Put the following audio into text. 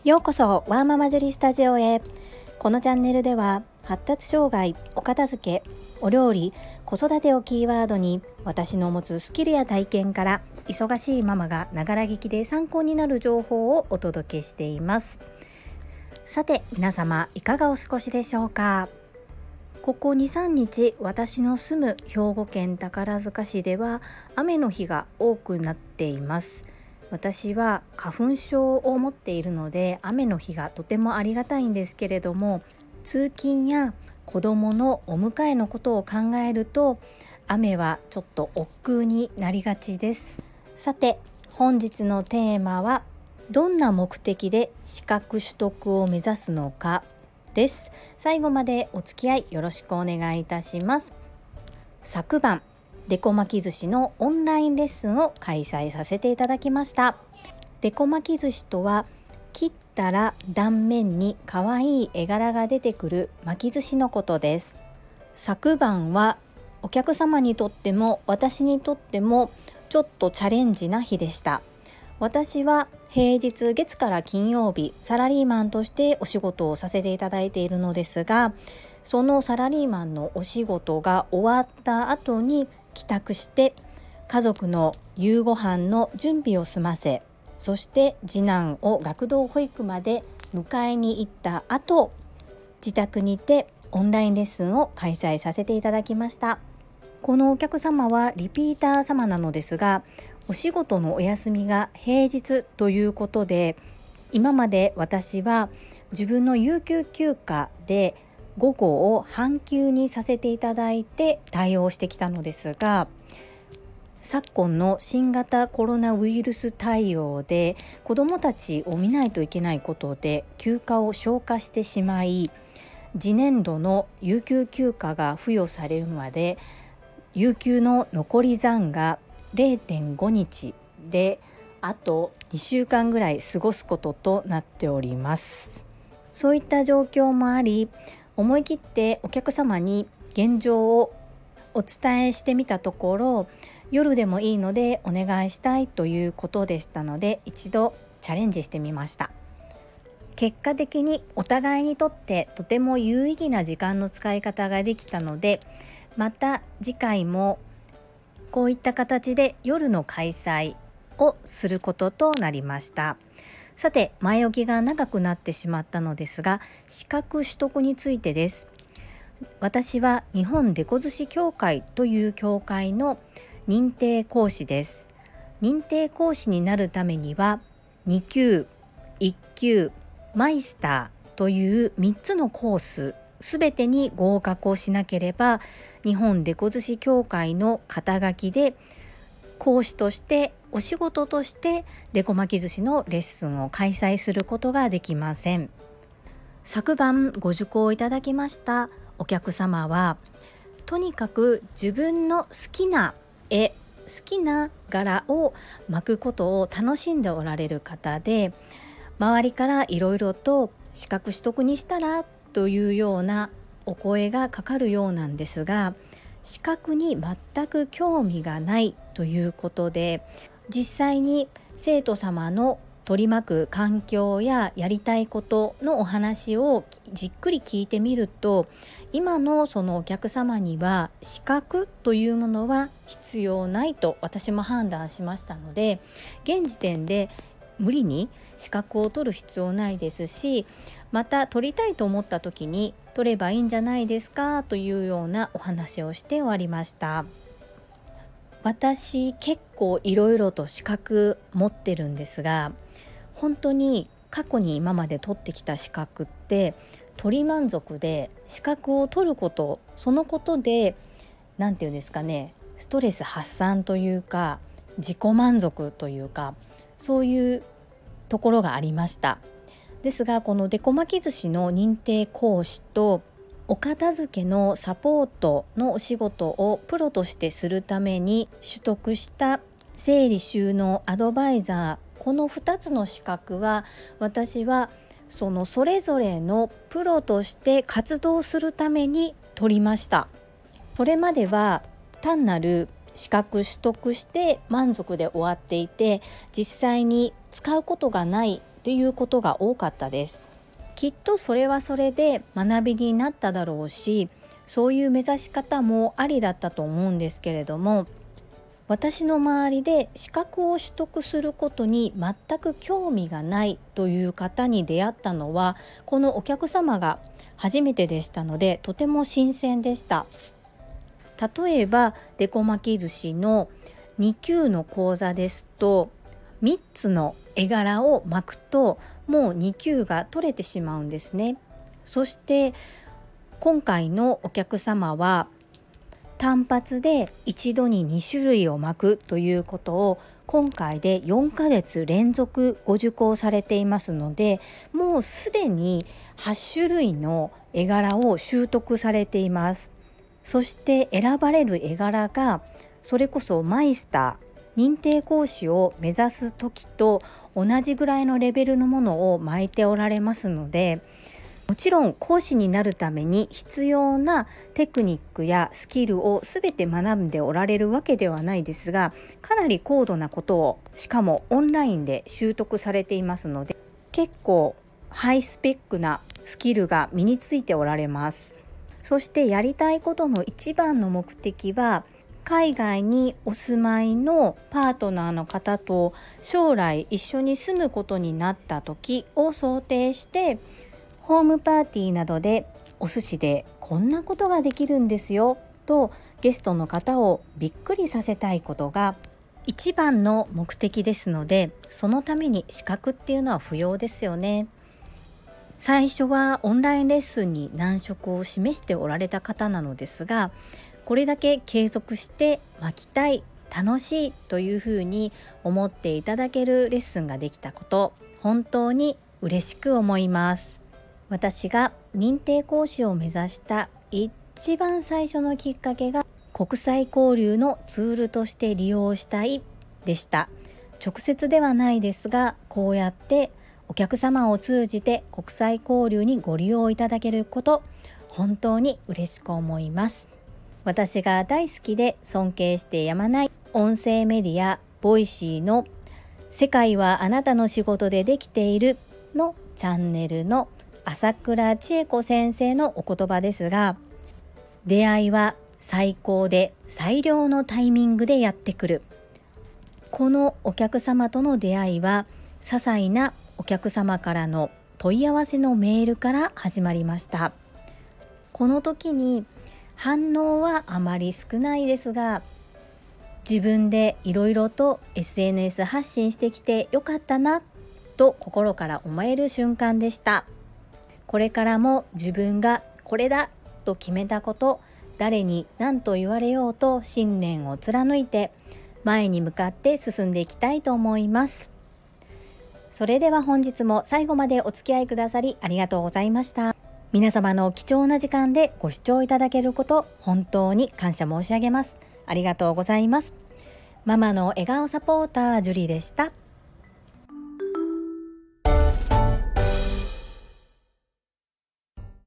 ようこそワーママジュリスタジオへ。このチャンネルでは発達障害、お片付け、お料理、子育てをキーワードに私の持つスキルや体験から忙しいママがながら聞きで参考になる情報をお届けしています。さて皆様いかがお過ごしでしょうか。ここ 2,3 日私の住む兵庫県宝塚市では雨の日が多くなっています。私は花粉症を持っているので雨の日がとてもありがたいんですけれども、通勤や子どものお迎えのことを考えると雨はちょっと億劫になりがちです。さて本日のテーマはどんな目的で資格取得を目指すのかです。最後までお付き合いよろしくお願いいたします。昨晩デコ巻き寿司のオンラインレッスンを開催させていただきました。デコ巻き寿司とは切ったら断面に可愛い絵柄が出てくる巻き寿司のことです。昨晩はお客様にとっても私にとってもちょっとチャレンジな日でした。私は平日月から金曜日サラリーマンとしてお仕事をさせていただいているのですが、そのサラリーマンのお仕事が終わった後に帰宅して家族の夕ご飯の準備を済ませ、そして次男を学童保育まで迎えに行った後、自宅にてオンラインレッスンを開催させていただきました。このお客様はリピーター様なのですが、お仕事のお休みが平日ということで、今まで私は自分の有給休暇で午後を半休にさせていただいて対応してきたのですが、昨今の新型コロナウイルス対応で子どもたちを見ないといけないことで休暇を消化してしまい、次年度の有給休暇が付与されるまで有給の残り残が 0.5 日であと2週間ぐらい過ごすこととなっております。そういった状況もあり、思い切ってお客様に現状をお伝えしてみたところ、夜でもいいのでお願いしたいということでしたので、一度チャレンジしてみました。結果的にお互いにとってとても有意義な時間の使い方ができたので、また次回もこういった形で夜の開催をすることとなりました。さて前置きが長くなってしまったのですが、資格取得についてです。私は日本デコ寿司協会という協会の認定講師です。認定講師になるためには2級、1級、マイスターという3つのコースすべてに合格をしなければ、日本デコ寿司協会の肩書きで講師としてお仕事としてデコ巻き寿司のレッスンを開催することができません。昨晩ご受講いただきましたお客様は、とにかく自分の好きな絵、好きな柄を巻くことを楽しんでおられる方で、周りからいろいろと資格取得にしたらというようなお声がかかるようなんですが、資格に全く興味がないということで、実際に生徒様の取り巻く環境ややりたいことのお話をじっくり聞いてみると、今のそのお客様には資格というものは必要ないと私も判断しましたので、現時点で無理に資格を取る必要ないですし、また取りたいと思った時に取ればいいんじゃないですかというようなお話をして終わりました。私結構いろいろと資格持ってるんですが、本当に過去に今まで取ってきた資格って取り満足で、資格を取ること、そのことでなんていうんですかね、ストレス発散というか自己満足というか、そういうところがありました。ですがこのデコ巻き寿司の認定講師とお片付けのサポートのお仕事をプロとしてするために取得した整理収納アドバイザー、この2つの資格は私はそれぞれのプロとして活動するために取りました。それまでは単なる資格取得して満足で終わっていて、実際に使うことがないっていうことが多かったです。きっとそれはそれで学びになっただろうし、そういう目指し方もありだったと思うんですけれども、私の周りで資格を取得することに全く興味がないという方に出会ったのは、このお客様が初めてでしたので、とても新鮮でした。例えばデコ巻き寿司の2級の講座ですと、3つの絵柄を巻くともう2級が取れてしまうんですね。そして今回のお客様は単発で一度に2種類を巻くということを今回で4ヶ月連続ご受講されていますので、もうすでに8種類の絵柄を習得されています。そして選ばれる絵柄がそれこそマイスター、認定講師を目指す時と同じぐらいのレベルのものを巻いておられますので、もちろん講師になるために必要なテクニックやスキルを全て学んでおられるわけではないですが、かなり高度なことをしかもオンラインで習得されていますので、結構ハイスペックなスキルが身についておられます。そしてやりたいことの一番の目的は、海外にお住まいのパートナーの方と将来一緒に住むことになった時を想定して、ホームパーティーなどでお寿司でこんなことができるんですよとゲストの方をびっくりさせたいことが一番の目的ですので、そのために資格っていうのは不要ですよね。最初はオンラインレッスンに難色を示しておられた方なのですが、これだけ継続して巻きたい、楽しいというふうに思っていただけるレッスンができたこと、本当に嬉しく思います。私が認定講師を目指した一番最初のきっかけが、国際交流のツールとして利用したいでした。直接ではないですが、こうやってお客様を通じて国際交流にご利用いただけること、本当に嬉しく思います。私が大好きで尊敬してやまない音声メディアボイシーの世界はあなたの仕事でできているのチャンネルの朝倉千恵子先生のお言葉ですが、出会いは最高で最良のタイミングでやってくる。このお客様との出会いは、些細なお客様からの問い合わせのメールから始まりました。この時に反応はあまり少ないですが、自分でいろいろと SNS 発信してきてよかったなと心から思える瞬間でした。これからも自分がこれだと決めたこと、誰に何と言われようと信念を貫いて前に向かって進んでいきたいと思います。それでは本日も最後までお付き合いくださりありがとうございました。皆様の貴重な時間でご視聴いただけること、本当に感謝申し上げます。ありがとうございます。ママの笑顔サポータージュリでした。